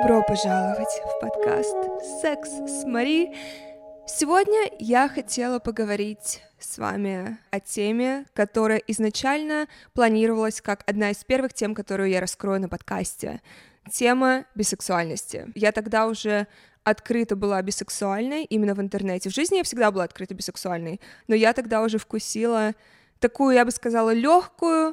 Добро пожаловать в подкаст «Секс с Мари». Сегодня я хотела поговорить с вами о теме, которая изначально планировалась как одна из первых тем, которую я раскрою на подкасте. Тема бисексуальности. Я тогда уже открыто была бисексуальной именно в интернете. В жизни я всегда была открыто бисексуальной, но я тогда уже вкусила такую, я бы сказала, легкую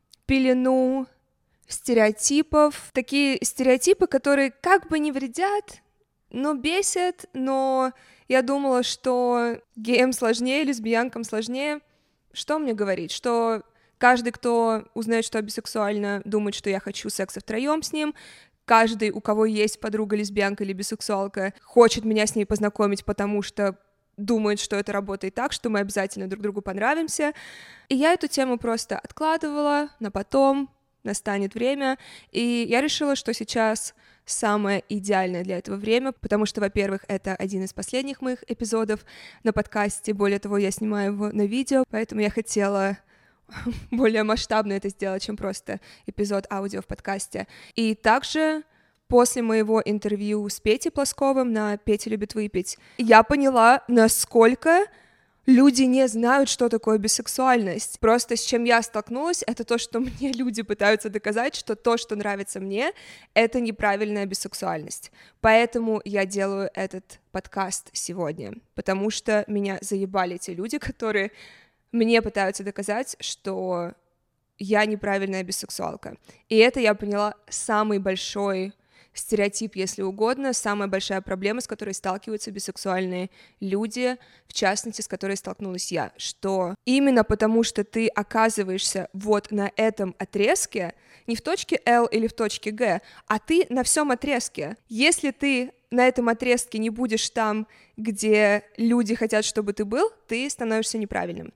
пелену стереотипов, такие стереотипы, которые как бы не вредят, но бесят, но я думала, что геям сложнее, лесбиянкам сложнее. Что мне говорить? Что каждый, кто узнает, что я бисексуальна, думает, что я хочу секса втроем с ним. Каждый, у кого есть подруга лесбиянка или бисексуалка, хочет меня с ней познакомить, потому что думает, что это работает так, что мы обязательно друг другу понравимся. И я эту тему просто откладывала на потом, настанет время, и я решила, что сейчас самое идеальное для этого время, потому что, во-первых, это один из последних моих эпизодов на подкасте, более того, я снимаю его на видео, поэтому я хотела более масштабно это сделать, чем просто эпизод аудио в подкасте. И также после моего интервью с Петей Плосковым на «Петя любит выпить» я поняла, насколько люди не знают, что такое бисексуальность. Просто с чем я столкнулась, это то, что мне люди пытаются доказать, что то, что нравится мне, это неправильная бисексуальность. Поэтому я делаю этот подкаст сегодня, потому что меня заебали те люди, которые мне пытаются доказать, что я неправильная бисексуалка. И это, я поняла, самый большой стереотип, если угодно, самая большая проблема, с которой сталкиваются бисексуальные люди, в частности, с которой столкнулась я, что именно потому, что ты оказываешься вот на этом отрезке, не в точке L или в точке G, а ты на всем отрезке. Если ты на этом отрезке не будешь там, где люди хотят, чтобы ты был, ты становишься неправильным.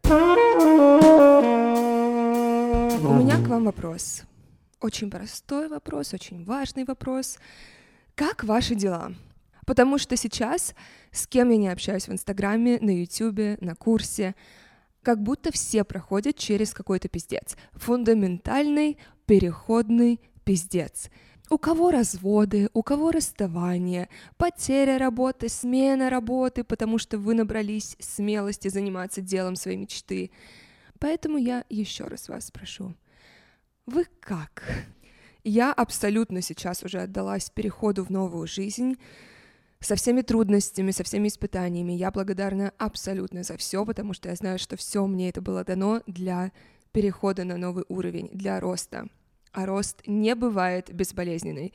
У меня к вам вопрос. Очень простой вопрос, очень важный вопрос. Как ваши дела? Потому что сейчас, с кем я не общаюсь в Инстаграме, на Ютубе, на курсе, как будто все проходят через какой-то пиздец. Фундаментальный, переходный пиздец. У кого разводы, у кого расставание, потеря работы, смена работы, потому что вы набрались смелости заниматься делом своей мечты. Поэтому я еще раз вас спрошу. Вы как? Я абсолютно сейчас уже отдалась переходу в новую жизнь, со всеми трудностями, со всеми испытаниями. Я благодарна абсолютно за все, потому что я знаю, что все мне это было дано для перехода на новый уровень, для роста. А рост не бывает безболезненный.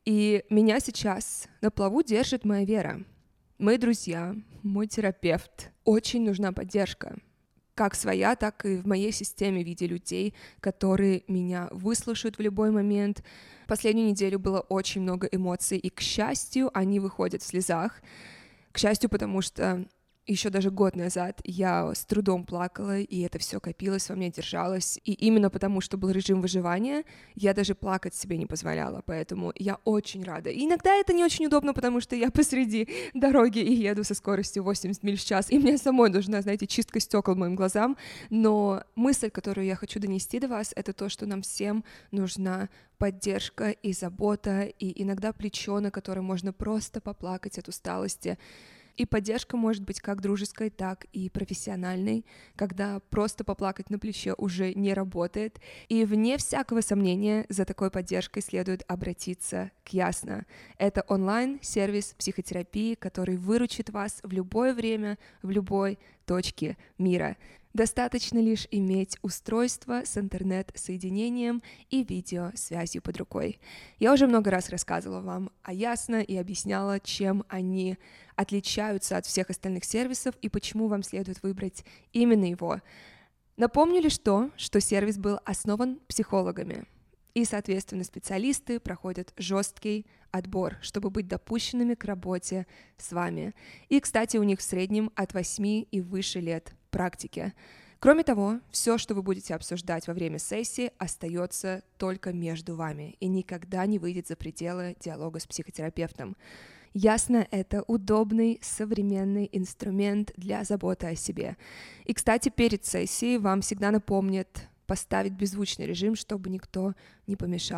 И меня сейчас на плаву держит моя вера. Мои друзья, мой терапевт. Очень нужна поддержка. Как своя, так и в моей системе в виде людей, которые меня выслушают в любой момент. Последнюю неделю было очень много эмоций, и, к счастью, они выходят в слезах. К счастью, потому что еще даже год назад я с трудом плакала, и это все копилось во мне, держалось. И именно потому, что был режим выживания, я даже плакать себе не позволяла, поэтому я очень рада. И иногда это не очень удобно, потому что я посреди дороги и еду со скоростью 80 миль в час, и мне самой нужна, знаете, чистка стекол моим глазам, но мысль, которую я хочу донести до вас, это то, что нам всем нужна поддержка и забота, и иногда плечо, на котором можно просто поплакать от усталости. И поддержка может быть как дружеской, так и профессиональной, когда просто поплакать на плече уже не работает. И вне всякого сомнения за такой поддержкой следует обратиться к Ясно. Это онлайн-сервис психотерапии, который выручит вас в любое время, в любой точке мира. Достаточно лишь иметь устройство с интернет-соединением и видеосвязью под рукой. Я уже много раз рассказывала вам о Ясно и объясняла, чем они отличаются от всех остальных сервисов и почему вам следует выбрать именно его. Напомню лишь то, что сервис был основан психологами, и, соответственно, специалисты проходят жесткий отбор, чтобы быть допущенными к работе с вами. И, кстати, у них в среднем от 8 и выше лет практики. Кроме того, все, что вы будете обсуждать во время сессии, остается только между вами и никогда не выйдет за пределы диалога с психотерапевтом. Ясно, это удобный, современный инструмент для заботы о себе. И, кстати, перед сессией вам всегда напомнят поставить беззвучный режим, чтобы никто не помешал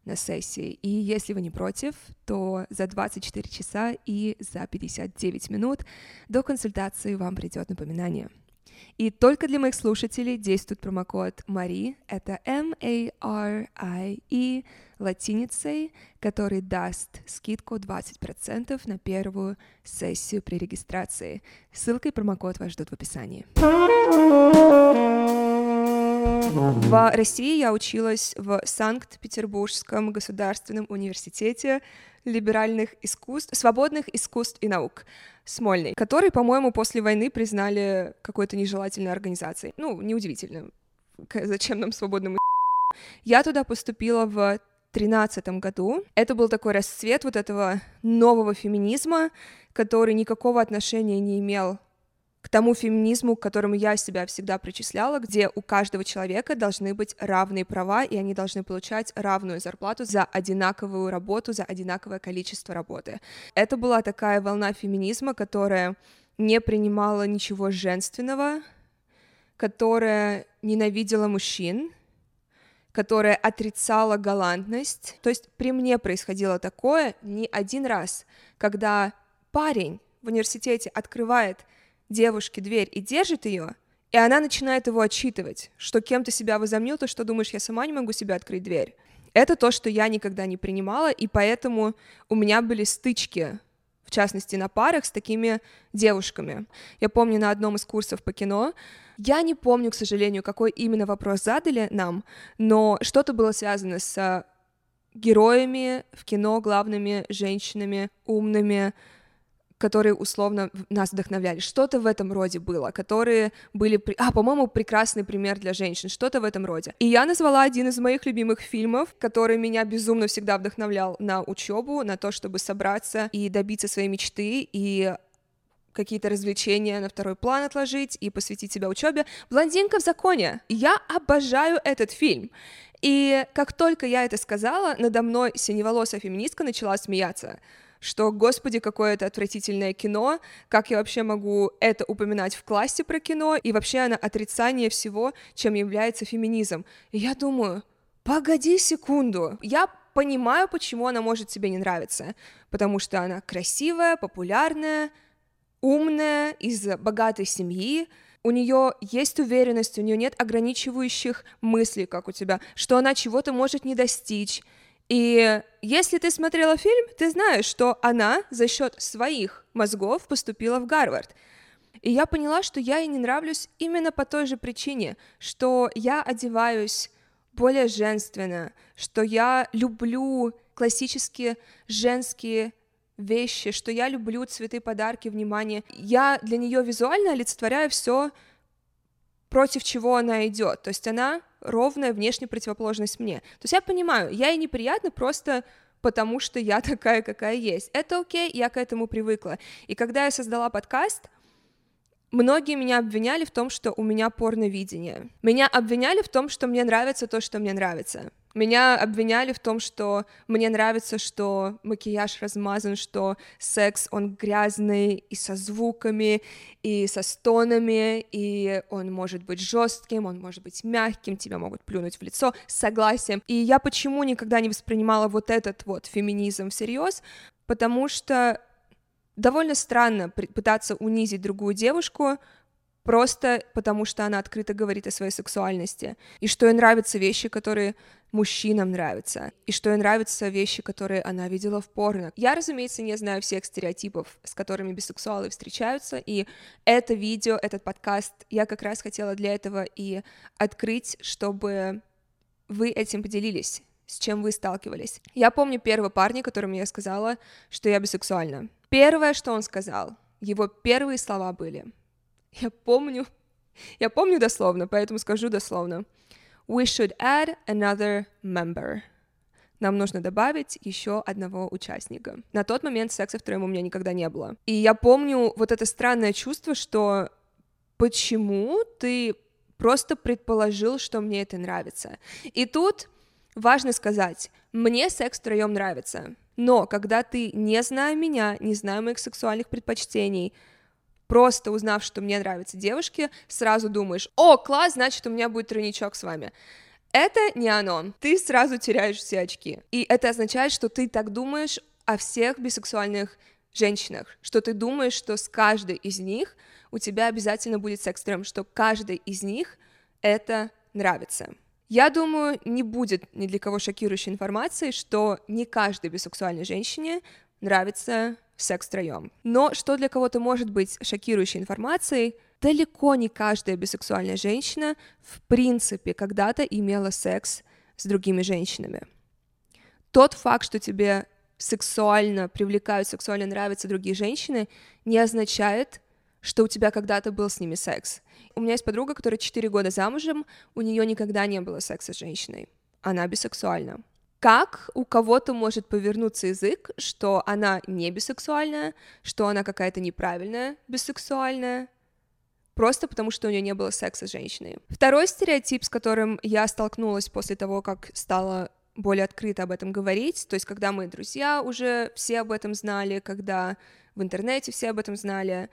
на сессии. И если вы не против, то за 24 часа и за 59 минут до консультации вам придет напоминание. И только для моих слушателей действует промокод Мари, это MARIE, латиницей, который даст скидку 20% на первую сессию при регистрации. Ссылка и промокод вас ждут в описании. В России я училась в Санкт-Петербургском государственном университете либеральных искусств, свободных искусств и наук, Смольный, который, по-моему, после войны признали какой-то нежелательной организацией. Ну, неудивительно. Зачем нам свободному? Я туда поступила в 2013 году. Это был такой расцвет вот этого нового феминизма, который никакого отношения не имел к тому феминизму, к которому я себя всегда причисляла, где у каждого человека должны быть равные права, и они должны получать равную зарплату за одинаковую работу, за одинаковое количество работы. Это была такая волна феминизма, которая не принимала ничего женственного, которая ненавидела мужчин, которая отрицала галантность. То есть при мне происходило такое не один раз, когда парень в университете открывает девушке дверь и держит ее, и она начинает его отчитывать, что кем ты себя возомнил, ты что думаешь, я сама не могу себе открыть дверь. Это то, что я никогда не принимала, и поэтому у меня были стычки, в частности, на парах с такими девушками. Я помню на одном из курсов по кино, я не помню, к сожалению, какой именно вопрос задали нам, но что-то было связано с героями в кино, главными женщинами, умными, которые условно нас вдохновляли. Что-то в этом роде было, которые были... по-моему, прекрасный пример для женщин, что-то в этом роде. И я назвала один из моих любимых фильмов, который меня безумно всегда вдохновлял на учебу, на то, чтобы собраться и добиться своей мечты, и какие-то развлечения на второй план отложить и посвятить себя учебе. «Блондинка в законе». Я обожаю этот фильм. И как только я это сказала, надо мной синеволосая феминистка начала смеяться, что, господи, какое это отвратительное кино, как я вообще могу это упоминать в классе про кино, и вообще она отрицание всего, чем является феминизм. И я думаю, погоди секунду, я понимаю, почему она может тебе не нравиться, потому что она красивая, популярная, умная, из богатой семьи, у нее есть уверенность, у нее нет ограничивающих мыслей, как у тебя, что она чего-то может не достичь. И если ты смотрела фильм, ты знаешь, что она за счет своих мозгов поступила в Гарвард. И я поняла, что я ей не нравлюсь именно по той же причине, что я одеваюсь более женственно, что я люблю классические женские вещи, что я люблю цветы, подарки, внимание. Я для нее визуально олицетворяю все, против чего она идет. То есть она ровная внешняя противоположность мне. То есть я понимаю, я ей неприятна просто потому, что я такая, какая есть. Это окей, я к этому привыкла. И когда я создала подкаст, многие меня обвиняли в том, что у меня порновидение. Меня обвиняли в том, что мне нравится то, что мне нравится. Меня обвиняли в том, что мне нравится, что макияж размазан, что секс, он грязный и со звуками, и со стонами, и он может быть жестким, он может быть мягким, тебя могут плюнуть в лицо с согласием. И я почему никогда не воспринимала вот этот вот феминизм всерьез? Потому что довольно странно пытаться унизить другую девушку просто потому, что она открыто говорит о своей сексуальности, и что ей нравятся вещи, которые мужчинам нравятся, и что ей нравятся вещи, которые она видела в порно. Я, разумеется, не знаю всех стереотипов, с которыми бисексуалы встречаются, и это видео, этот подкаст я как раз хотела для этого и открыть, чтобы вы этим поделились, с чем вы сталкивались. Я помню первого парня, которому я сказала, что я бисексуальна. Первое, что он сказал, его первые слова были... Я помню дословно, поэтому скажу дословно. We should add another member. Нам нужно добавить еще одного участника. На тот момент секса втроем у меня никогда не было. И я помню вот это странное чувство, что почему ты просто предположил, что мне это нравится. И тут важно сказать, мне секс втроем нравится. Но когда ты, не зная меня, не зная моих сексуальных предпочтений, просто узнав, что мне нравятся девушки, сразу думаешь, о, класс, значит, у меня будет тройничок с вами. это не оно. Ты сразу теряешь все очки. И это означает, что ты так думаешь о всех бисексуальных женщинах, что ты думаешь, что с каждой из них у тебя обязательно будет секс-драйв, что каждой из них это нравится. Я думаю, не будет ни для кого шокирующей информации, что не каждой бисексуальной женщине нравится секс втроем. Но что для кого-то может быть шокирующей информацией, далеко не каждая бисексуальная женщина в принципе когда-то имела секс с другими женщинами. Тот факт, что тебе сексуально привлекают, сексуально нравятся другие женщины, не означает, что у тебя когда-то был с ними секс. У меня есть подруга, которая 4 года замужем, у нее никогда не было секса с женщиной. Она бисексуальна. Как у кого-то может повернуться язык, что она не бисексуальная, что она какая-то неправильная бисексуальная, просто потому что у нее не было секса с женщиной. Второй стереотип, с которым я столкнулась после того, как стала более открыто об этом говорить, то есть когда мои друзья уже все об этом знали, когда в интернете все об этом знали,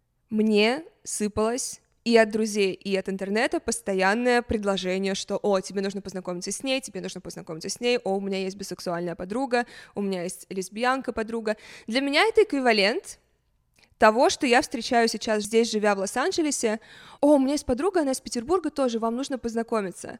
мне сыпалось и от друзей, и от интернета постоянное предложение, что «О, тебе нужно познакомиться с ней, тебе нужно познакомиться с ней, о, у меня есть бисексуальная подруга, у меня есть лесбиянка-подруга». Для меня это эквивалент того, что я встречаю сейчас здесь, живя в Лос-Анджелесе. «О, у меня есть подруга, она из Петербурга тоже, вам нужно познакомиться».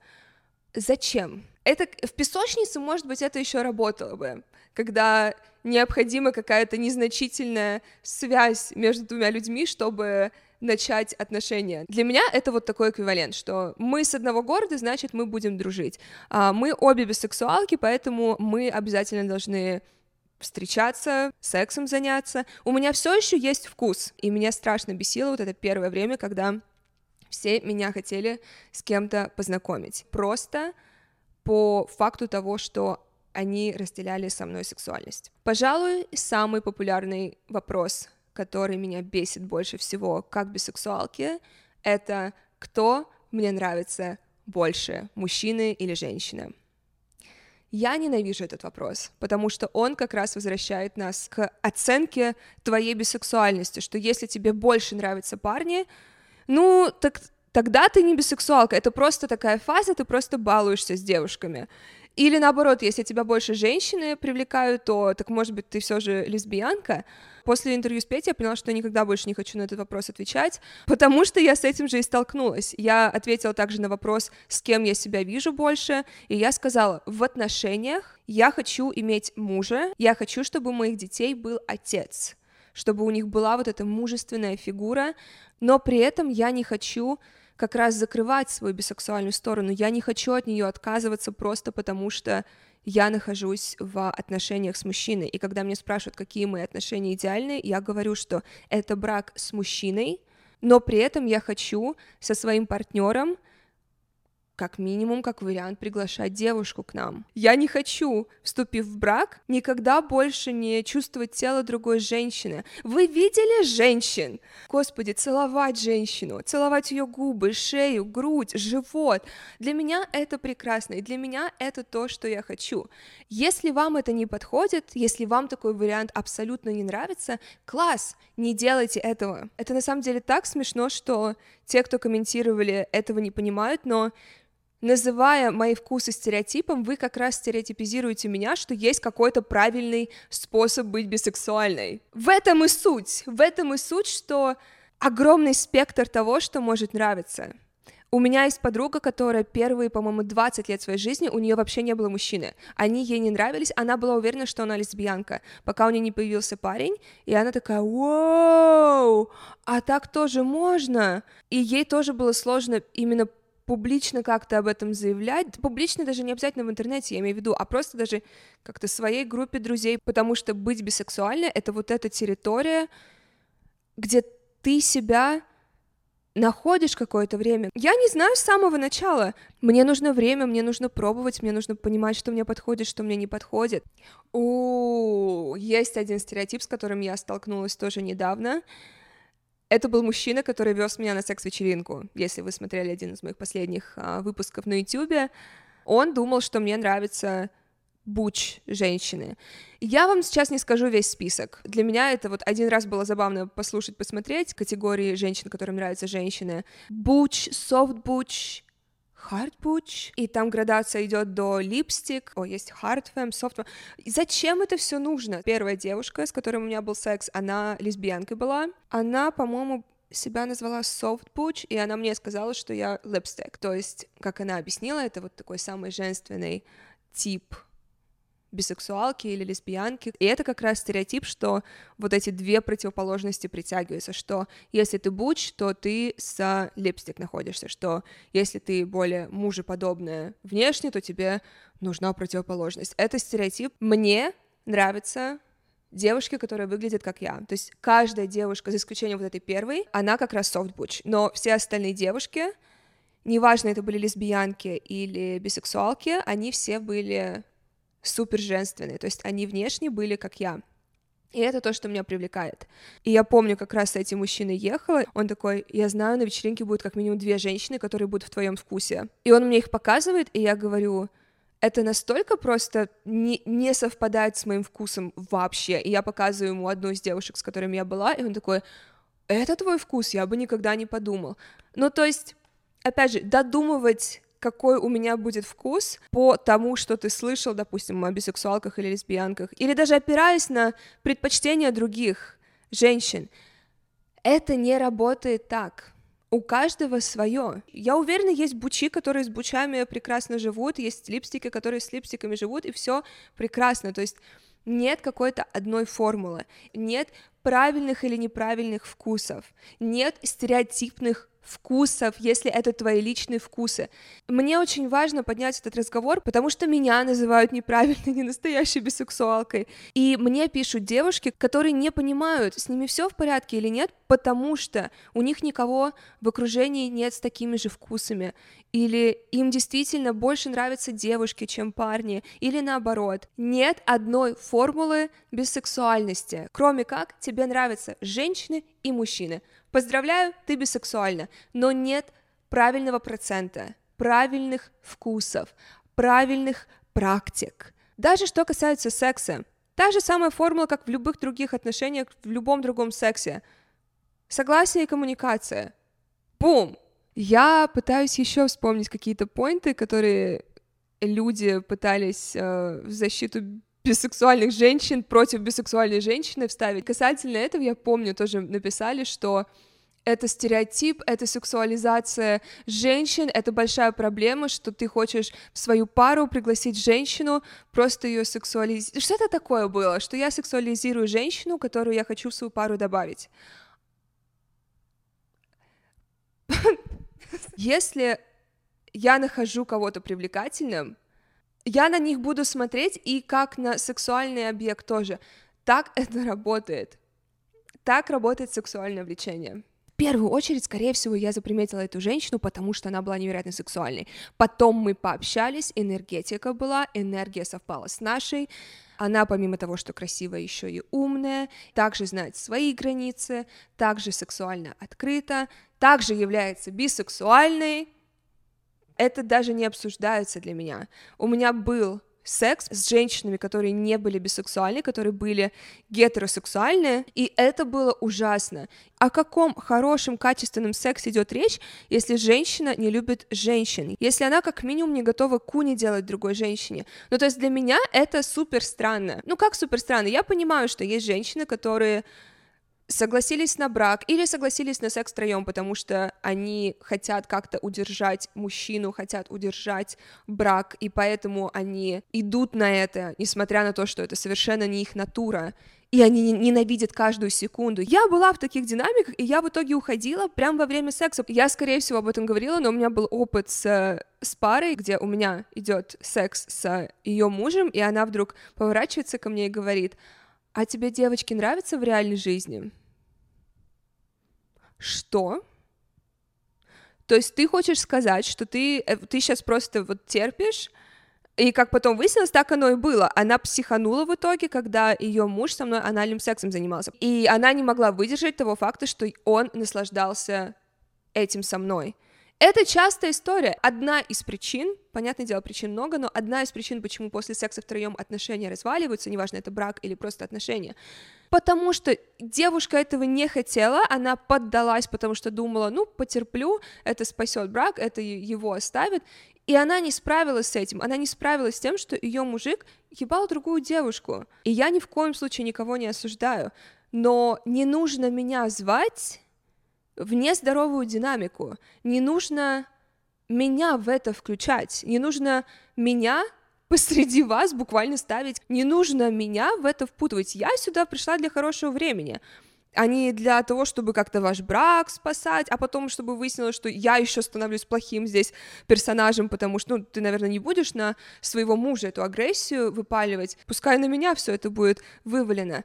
Зачем? Это в песочнице, может быть, это еще работало бы, когда необходима какая-то незначительная связь между двумя людьми, чтобы начать отношения. Для меня это вот такой эквивалент, что мы с одного города, значит, мы будем дружить. Мы обе бисексуалки, поэтому мы обязательно должны встречаться, сексом заняться. У меня все еще есть вкус, и меня страшно бесило вот это первое время, когда все меня хотели с кем-то познакомить. Просто по факту того, что они разделяли со мной сексуальность. Пожалуй, самый популярный вопрос, который меня бесит больше всего как бисексуалки, это кто мне нравится больше, мужчины или женщины. Я ненавижу этот вопрос, потому что он как раз возвращает нас к оценке твоей бисексуальности, что если тебе больше нравятся парни, ну, так тогда ты не бисексуалка, это просто такая фаза, ты просто балуешься с девушками. Или наоборот, если тебя больше женщины привлекают, то, так может быть, ты все же лесбиянка. После интервью с Петей я поняла, что я никогда больше не хочу на этот вопрос отвечать, потому что я с этим же и столкнулась. Я ответила также на вопрос, с кем я себя вижу больше, и я сказала, в отношениях я хочу иметь мужа, я хочу, чтобы у моих детей был отец, чтобы у них была вот эта мужественная фигура, но при этом я не хочу как раз закрывать свою бисексуальную сторону, я не хочу от нее отказываться просто потому, что я нахожусь в отношениях с мужчиной, и когда меня спрашивают, какие мои отношения идеальные, я говорю, что это брак с мужчиной, но при этом я хочу со своим партнером как минимум, как вариант, приглашать девушку к нам. Я не хочу, вступив в брак, никогда больше не чувствовать тело другой женщины. Вы видели женщин? Господи, целовать женщину, целовать ее губы, шею, грудь, живот. Для меня это прекрасно, и для меня это то, что я хочу. Если вам это не подходит, если вам такой вариант абсолютно не нравится, класс, не делайте этого. Это на самом деле так смешно, что те, кто комментировали, этого не понимают, но называя мои вкусы стереотипом, вы как раз стереотипизируете меня, что есть какой-то правильный способ быть бисексуальной. В этом и суть, что огромный спектр того, что может нравиться. У меня есть подруга, которая первые, по-моему, 20 лет своей жизни, у нее вообще не было мужчины. Они ей не нравились, она была уверена, что она лесбиянка, пока у нее не появился парень, и она такая, вау, а так тоже можно? И ей тоже было сложно именно публично как-то об этом заявлять, публично даже не обязательно в интернете, я имею в виду, а просто даже как-то в своей группе друзей, потому что быть бисексуальной — это вот эта территория, где ты себя находишь какое-то время. Я не знаю с самого начала. Мне нужно время, мне нужно пробовать, мне нужно понимать, что мне подходит, что мне не подходит. Есть один стереотип, с которым я столкнулась тоже недавно. Это был мужчина, который вез меня на секс-вечеринку. Если вы смотрели один из моих последних выпусков на YouTube, он думал, что мне нравится буч женщины. Я вам сейчас не скажу весь список. Для меня это вот один раз было забавно послушать, посмотреть категории женщин, которым нравятся женщины. Буч, софт буч, hard butch, и там градация идет до липстик, есть hard femme, soft femme. Зачем это все нужно? Первая девушка, с которой у меня был секс, она лесбиянкой была, она, по-моему, себя назвала soft butch, и она мне сказала, что я lipstick, то есть, как она объяснила, это вот такой самый женственный тип бисексуалки или лесбиянки. И это как раз стереотип, что вот эти две противоположности притягиваются, что если ты буч, то ты с липстик находишься, что если ты более мужеподобная внешне, то тебе нужна противоположность. Это стереотип. Мне нравятся девушки, которые выглядят как я. То есть каждая девушка, за исключением вот этой первой, она как раз soft butch, но все остальные девушки, неважно, это были лесбиянки или бисексуалки, они все были супер женственные, то есть они внешне были как я. И это то, что меня привлекает. И я помню, как раз с этим мужчиной ехала, он такой: я знаю, на вечеринке будет как минимум 2 женщины, которые будут в твоем вкусе. И он мне их показывает, и я говорю: это настолько просто не совпадает с моим вкусом вообще. И я показываю ему одну из девушек, с которыми я была, и он такой: это твой вкус? Я бы никогда не подумал. Ну, то есть, опять же, додумывать, какой у меня будет вкус по тому, что ты слышал, допустим, о бисексуалках или лесбиянках, или даже опираясь на предпочтения других женщин, это не работает так. У каждого свое. Я уверена, есть бучи, которые с бучами прекрасно живут, есть липстики, которые с липстиками живут, и все прекрасно. То есть нет какой-то одной формулы, нет правильных или неправильных вкусов, нет стереотипных вкусов, если это твои личные вкусы. Мне очень важно поднять этот разговор, потому что меня называют неправильной, ненастоящей бисексуалкой. И мне пишут девушки, которые не понимают, с ними все в порядке или нет, потому что у них никого в окружении нет с такими же вкусами. Или им действительно больше нравятся девушки, чем парни, или наоборот. Нет одной формулы бисексуальности, кроме как тебе нравятся женщины и мужчины. Поздравляю, ты бисексуальна, но нет правильного процента, правильных вкусов, правильных практик. Даже что касается секса, та же самая формула, как в любых других отношениях, в любом другом сексе. Согласие и коммуникация. Бум! Я пытаюсь еще вспомнить какие-то поинты, которые люди пытались в защиту бисексуальных женщин против бисексуальной женщины вставить. Касательно этого, я помню, тоже написали, что это стереотип, это сексуализация женщин, это большая проблема, что ты хочешь в свою пару пригласить женщину, просто ее сексуализировать. Что это такое было? Что я сексуализирую женщину, которую я хочу в свою пару добавить. Если я нахожу кого-то привлекательным, я на них буду смотреть и как на сексуальный объект тоже. Так это работает. Так работает сексуальное влечение. В первую очередь, скорее всего, я заприметила эту женщину, потому что она была невероятно сексуальной. Потом мы пообщались, энергетика была, энергия совпала с нашей. Она, помимо того, что красивая, еще и умная, также знает свои границы, также сексуально открыта, также является бисексуальной. Это даже не обсуждается для меня. У меня был секс с женщинами, которые не были бисексуальны, которые были гетеросексуальны, и это было ужасно. О каком хорошем, качественном сексе идет речь, если женщина не любит женщин, если она как минимум не готова куни делать другой женщине? Ну, то есть для меня это супер странно. Ну, как супер странно? Я понимаю, что есть женщины, которые согласились на брак или согласились на секс втроем, потому что они хотят как-то удержать мужчину, хотят удержать брак, и поэтому они идут на это, несмотря на то, что это совершенно не их натура, и они ненавидят каждую секунду. Я была в таких динамиках, и я в итоге уходила прямо во время секса. Я, скорее всего, об этом говорила, но у меня был опыт с парой, где у меня идет секс с ее мужем, и она вдруг поворачивается ко мне и говорит: а тебе девочки нравятся в реальной жизни? Что? То есть ты хочешь сказать, что ты сейчас просто вот терпишь, и как потом выяснилось, так оно и было. Она психанула в итоге, когда ее муж со мной анальным сексом занимался. И она не могла выдержать того факта, что он наслаждался этим со мной. Это частая история. Одна из причин, понятное дело, причин много, но одна из причин, почему после секса втроем отношения разваливаются, неважно, это брак или просто отношения, потому что девушка этого не хотела, она поддалась, потому что думала, ну, потерплю, это спасет брак, это его оставит, и она не справилась с этим, она не справилась с тем, что ее мужик ебал другую девушку. И я ни в коем случае никого не осуждаю, но не нужно меня звать в нездоровую динамику, не нужно меня в это включать, не нужно меня посреди вас буквально ставить, не нужно меня в это впутывать. Я сюда пришла для хорошего времени, а не для того, чтобы как-то ваш брак спасать, а потом, чтобы выяснилось, что я еще становлюсь плохим здесь персонажем, потому что, ну, ты, наверное, не будешь на своего мужа эту агрессию выпаливать, пускай на меня все это будет вывалено.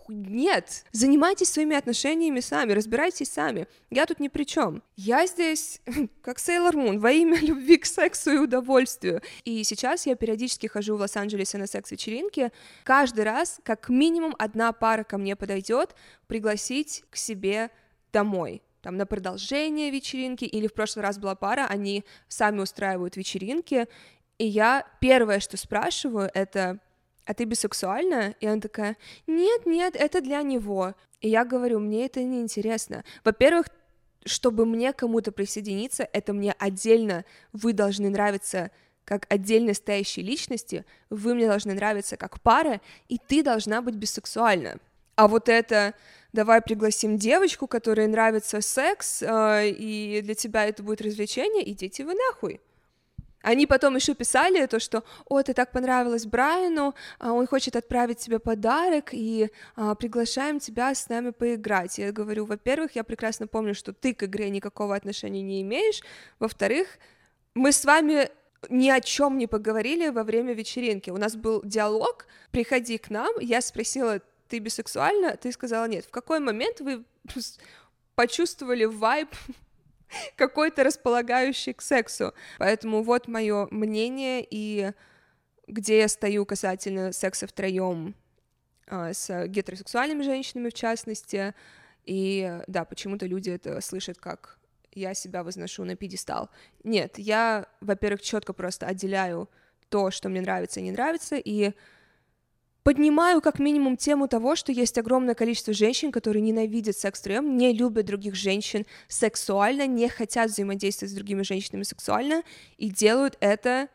Нет, занимайтесь своими отношениями сами, разбирайтесь сами, я тут ни при чем. Я здесь, как Сейлор Мун, во имя любви к сексу и удовольствию. И сейчас я периодически хожу в Лос-Анджелесе на секс-вечеринки, каждый раз как минимум одна пара ко мне подойдет, пригласить к себе домой, там, на продолжение вечеринки, или в прошлый раз была пара, они сами устраивают вечеринки, и я первое, что спрашиваю, это: а ты бисексуальна? И она такая: нет, это для него. И я говорю: мне это не интересно. Во-первых, чтобы мне кому-то присоединиться, это мне отдельно, вы должны нравиться как отдельно стоящие личности, вы мне должны нравиться как пара, и ты должна быть бисексуальна. А вот это: давай пригласим девочку, которой нравится секс, и для тебя это будет развлечение, идите вы нахуй. Они потом еще писали то, что: о, ты так понравилась Брайану, он хочет отправить тебе подарок, и приглашаем тебя с нами поиграть. Я говорю: во-первых, я прекрасно помню, что ты к игре никакого отношения не имеешь, во-вторых, мы с вами ни о чем не поговорили во время вечеринки, у нас был диалог: приходи к нам, я спросила: ты бисексуальна? Ты сказала нет. В какой момент вы почувствовали вайб какой-то располагающий к сексу? Поэтому вот мое мнение и где я стою касательно секса втроем с гетеросексуальными женщинами в частности. И да, почему-то люди это слышат как я себя возношу на пьедестал. Нет, я, во-первых, четко просто отделяю то, что мне нравится и не нравится, и поднимаю как минимум тему того, что есть огромное количество женщин, которые ненавидят секс втроем, не любят других женщин сексуально, не хотят взаимодействовать с другими женщинами сексуально и делают это,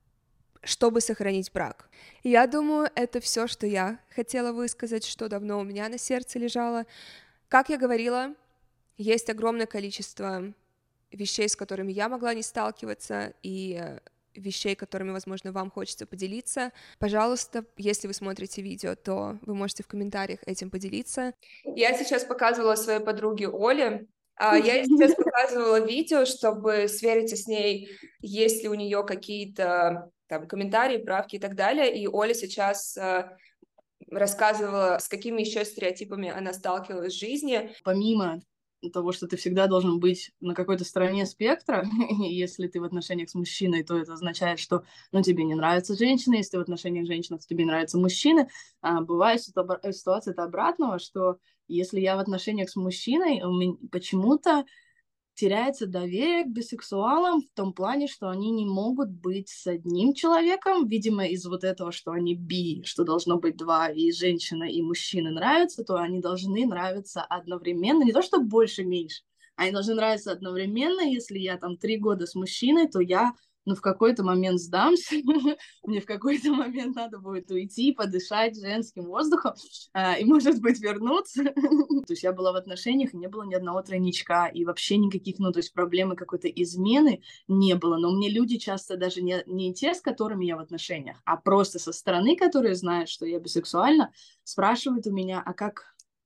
чтобы сохранить брак. Я думаю, это все, что я хотела высказать, что давно у меня на сердце лежало. Как я говорила, есть огромное количество вещей, с которыми я могла не сталкиваться, и вещей, которыми, возможно, вам хочется поделиться. Пожалуйста, если вы смотрите видео, то вы можете в комментариях этим поделиться. Я сейчас показывала своей подруге Оле, я ей сейчас показывала видео, чтобы свериться с ней, есть ли у нее какие-то там комментарии, правки и так далее, и Оля сейчас рассказывала, с какими еще стереотипами она сталкивалась в жизни. Помимо того, что ты всегда должен быть на какой-то стороне спектра, если ты в отношениях с мужчиной, то это означает, что тебе не нравятся женщины, если ты в отношениях с женщиной, то тебе нравятся мужчины. Бывает ситуация обратного, что если я в отношениях с мужчиной, у меня почему-то теряется доверие к бисексуалам в том плане, что они не могут быть с одним человеком, видимо, из вот этого, что они би, что должно быть два, и женщина, и мужчина нравятся, то они должны нравиться одновременно, не то что больше-меньше, они должны нравиться одновременно. Если я там 3 года с мужчиной, то я в какой-то момент сдамся, мне в какой-то момент надо будет уйти, подышать женским воздухом и, может быть, вернуться. То есть я была в отношениях, и не было ни одного тройничка, и вообще никаких, то есть проблемы какой-то измены не было. Но мне люди часто даже не те, с которыми я в отношениях, а просто со стороны, которые знают, что я бисексуальна, спрашивают у меня: а как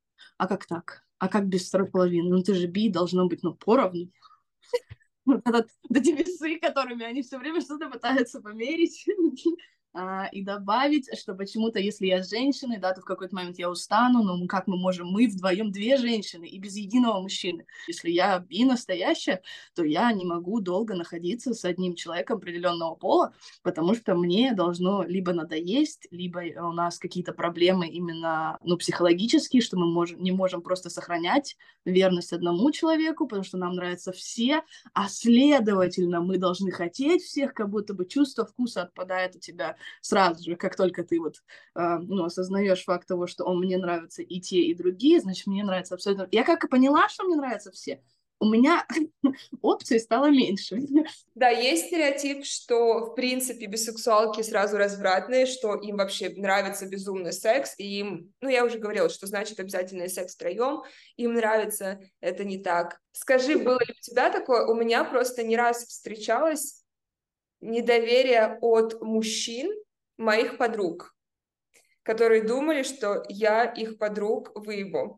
так? А как без второй половины? Ты же би, должно быть, поровну. Вот эти весы, которыми они все время что-то пытаются померить. и добавить, что почему-то, если я с женщиной, да, то в какой-то момент я устану, но как мы можем, мы вдвоем две женщины и без единого мужчины. Если я би настоящая, то я не могу долго находиться с одним человеком определенного пола, потому что мне должно либо надоесть, либо у нас какие-то проблемы именно, ну, психологические, что мы не можем просто сохранять верность одному человеку, потому что нам нравятся все, а следовательно, мы должны хотеть всех, как будто бы чувство вкуса отпадает у тебя сразу же, как только ты вот, ну, осознаешь факт того, что мне нравятся и те, и другие, значит, мне нравится абсолютно... Я как и поняла, что мне нравятся все, у меня опций стало меньше. Да, есть стереотип, что, в принципе, бисексуалки сразу развратные, что им вообще нравится безумный секс, и им, ну, я уже говорила, что значит обязательно секс втроем, им нравится, это не так. Скажи, было ли у тебя такое? У меня просто не раз встречалось недоверие от мужчин, моих подруг, которые думали, что я их подруг выебу.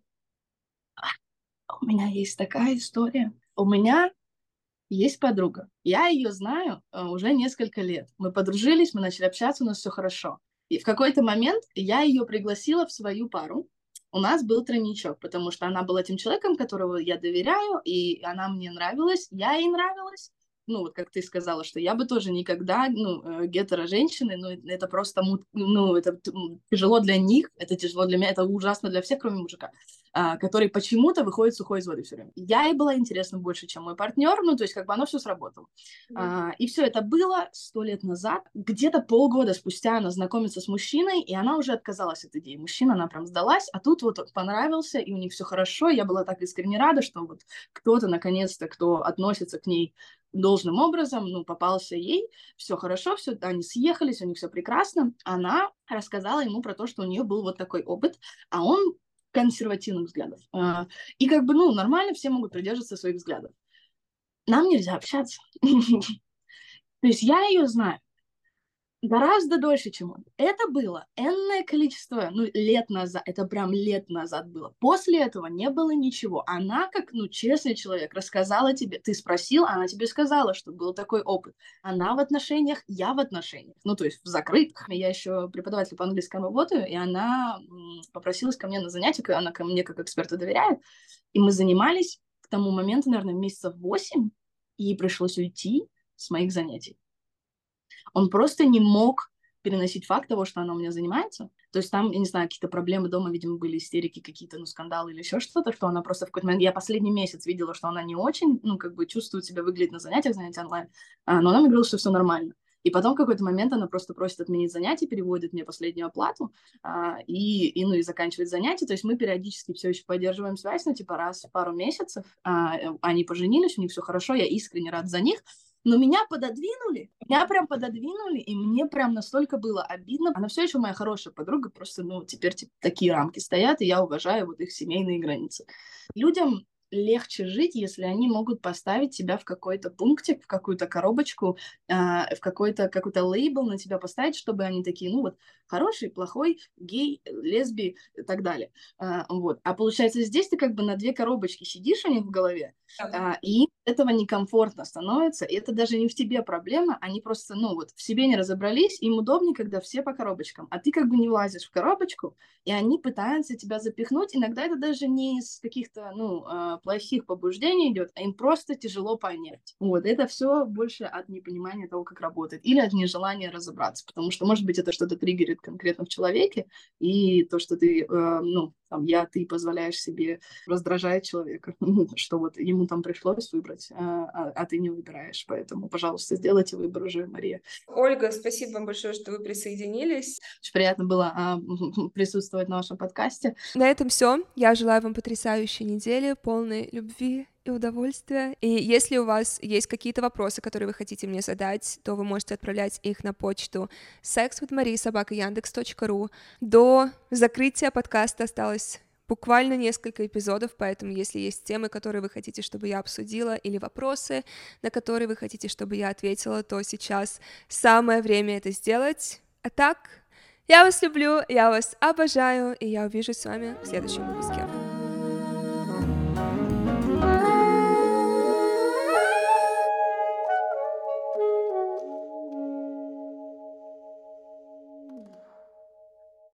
У меня есть такая история. У меня есть подруга. Я ее знаю уже несколько лет. Мы подружились, мы начали общаться, у нас все хорошо. И в какой-то момент я ее пригласила в свою пару. У нас был тройничок, потому что она была тем человеком, которого я доверяю, и она мне нравилась, я ей нравилась. Ну, вот как ты сказала, что я бы тоже никогда, ну, гетеро-женщины, ну, это просто, ну, это тяжело для них, это тяжело для меня, это ужасно для всех, кроме мужика, который почему-то выходит сухой из воды все время. Я ей была интересна больше, чем мой партнер, ну, то есть как бы оно все сработало. И все это было 100 лет назад. Где-то полгода спустя она знакомится с мужчиной, и она уже отказалась от идеи. Мужчина, она прям сдалась, а тут вот понравился, и у них все хорошо. Я была так искренне рада, что вот кто-то, наконец-то, кто относится к ней должным образом, ну, попался ей, все хорошо, все, они съехались, у них все прекрасно. Она рассказала ему про то, что у нее был вот такой опыт, а он консервативных взглядов. И как бы, ну, нормально, все могут придерживаться своих взглядов. Нам нельзя общаться. То есть я ее знаю гораздо дольше, чем он. Это было энное количество, ну, лет назад. Это прям лет назад было. После этого не было ничего. Она, как, ну, честный человек, рассказала тебе. Ты спросил, она тебе сказала, что был такой опыт. Она в отношениях, я в отношениях. Ну, то есть в закрытых. Я еще преподаватель по английскому работаю, и она попросилась ко мне на занятия, она ко мне как эксперту доверяет. И мы занимались к тому моменту, наверное, месяцев 8, и ей пришлось уйти с моих занятий. Он просто не мог переносить факт того, что она у меня занимается. То есть там, я не знаю, какие-то проблемы дома, видимо, были истерики какие-то, ну, скандалы или еще что-то, что она просто в какой-то момент... Я последний месяц видела, что она не очень, ну, как бы чувствует себя, выглядит на занятиях онлайн, но она мне говорила, что все нормально. И потом в какой-то момент она просто просит отменить занятия, переводит мне последнюю оплату ну, и заканчивает занятия. То есть мы периодически все еще поддерживаем связь, ну, типа раз в пару месяцев. Они поженились, у них все хорошо, я искренне рад за них. Но меня прям пододвинули, и мне прям настолько было обидно. Она все еще моя хорошая подруга, просто, ну, теперь типа, такие рамки стоят, и я уважаю вот их семейные границы. Людям легче жить, если они могут поставить тебя в какой-то пунктик, в какую-то коробочку, в какой-то лейбл на тебя поставить, чтобы они такие, ну вот, хороший, плохой, гей, лесби и так далее. Вот. А получается, здесь ты как бы на две коробочки сидишь у них в голове, и этого некомфортно становится, и это даже не в тебе проблема, они просто, ну вот, в себе не разобрались, им удобнее, когда все по коробочкам, а ты как бы не влазишь в коробочку, и они пытаются тебя запихнуть, иногда это даже не из каких-то, ну, плохих побуждений идет, а им просто тяжело понять. Вот, это все больше от непонимания того, как работает, или от нежелания разобраться, потому что, может быть, это что-то триггерит конкретно в человеке, и то, что ты, ну, там, ты позволяешь себе раздражать человека, что вот ему там пришлось выбрать, а ты не выбираешь, поэтому, пожалуйста, сделайте выбор уже, Мария. Ольга, спасибо вам большое, что вы присоединились. Очень приятно было присутствовать на вашем подкасте. На этом все. Я желаю вам потрясающей недели, полной любви и удовольствия. И если у вас есть какие-то вопросы, которые вы хотите мне задать, то вы можете отправлять их на почту sexwithmarie@yandex.ru. До закрытия подкаста осталось буквально несколько эпизодов, поэтому если есть темы, которые вы хотите, чтобы я обсудила, или вопросы, на которые вы хотите, чтобы я ответила, то сейчас самое время это сделать. А так, я вас люблю, я вас обожаю, и я увижусь с вами в следующем выпуске.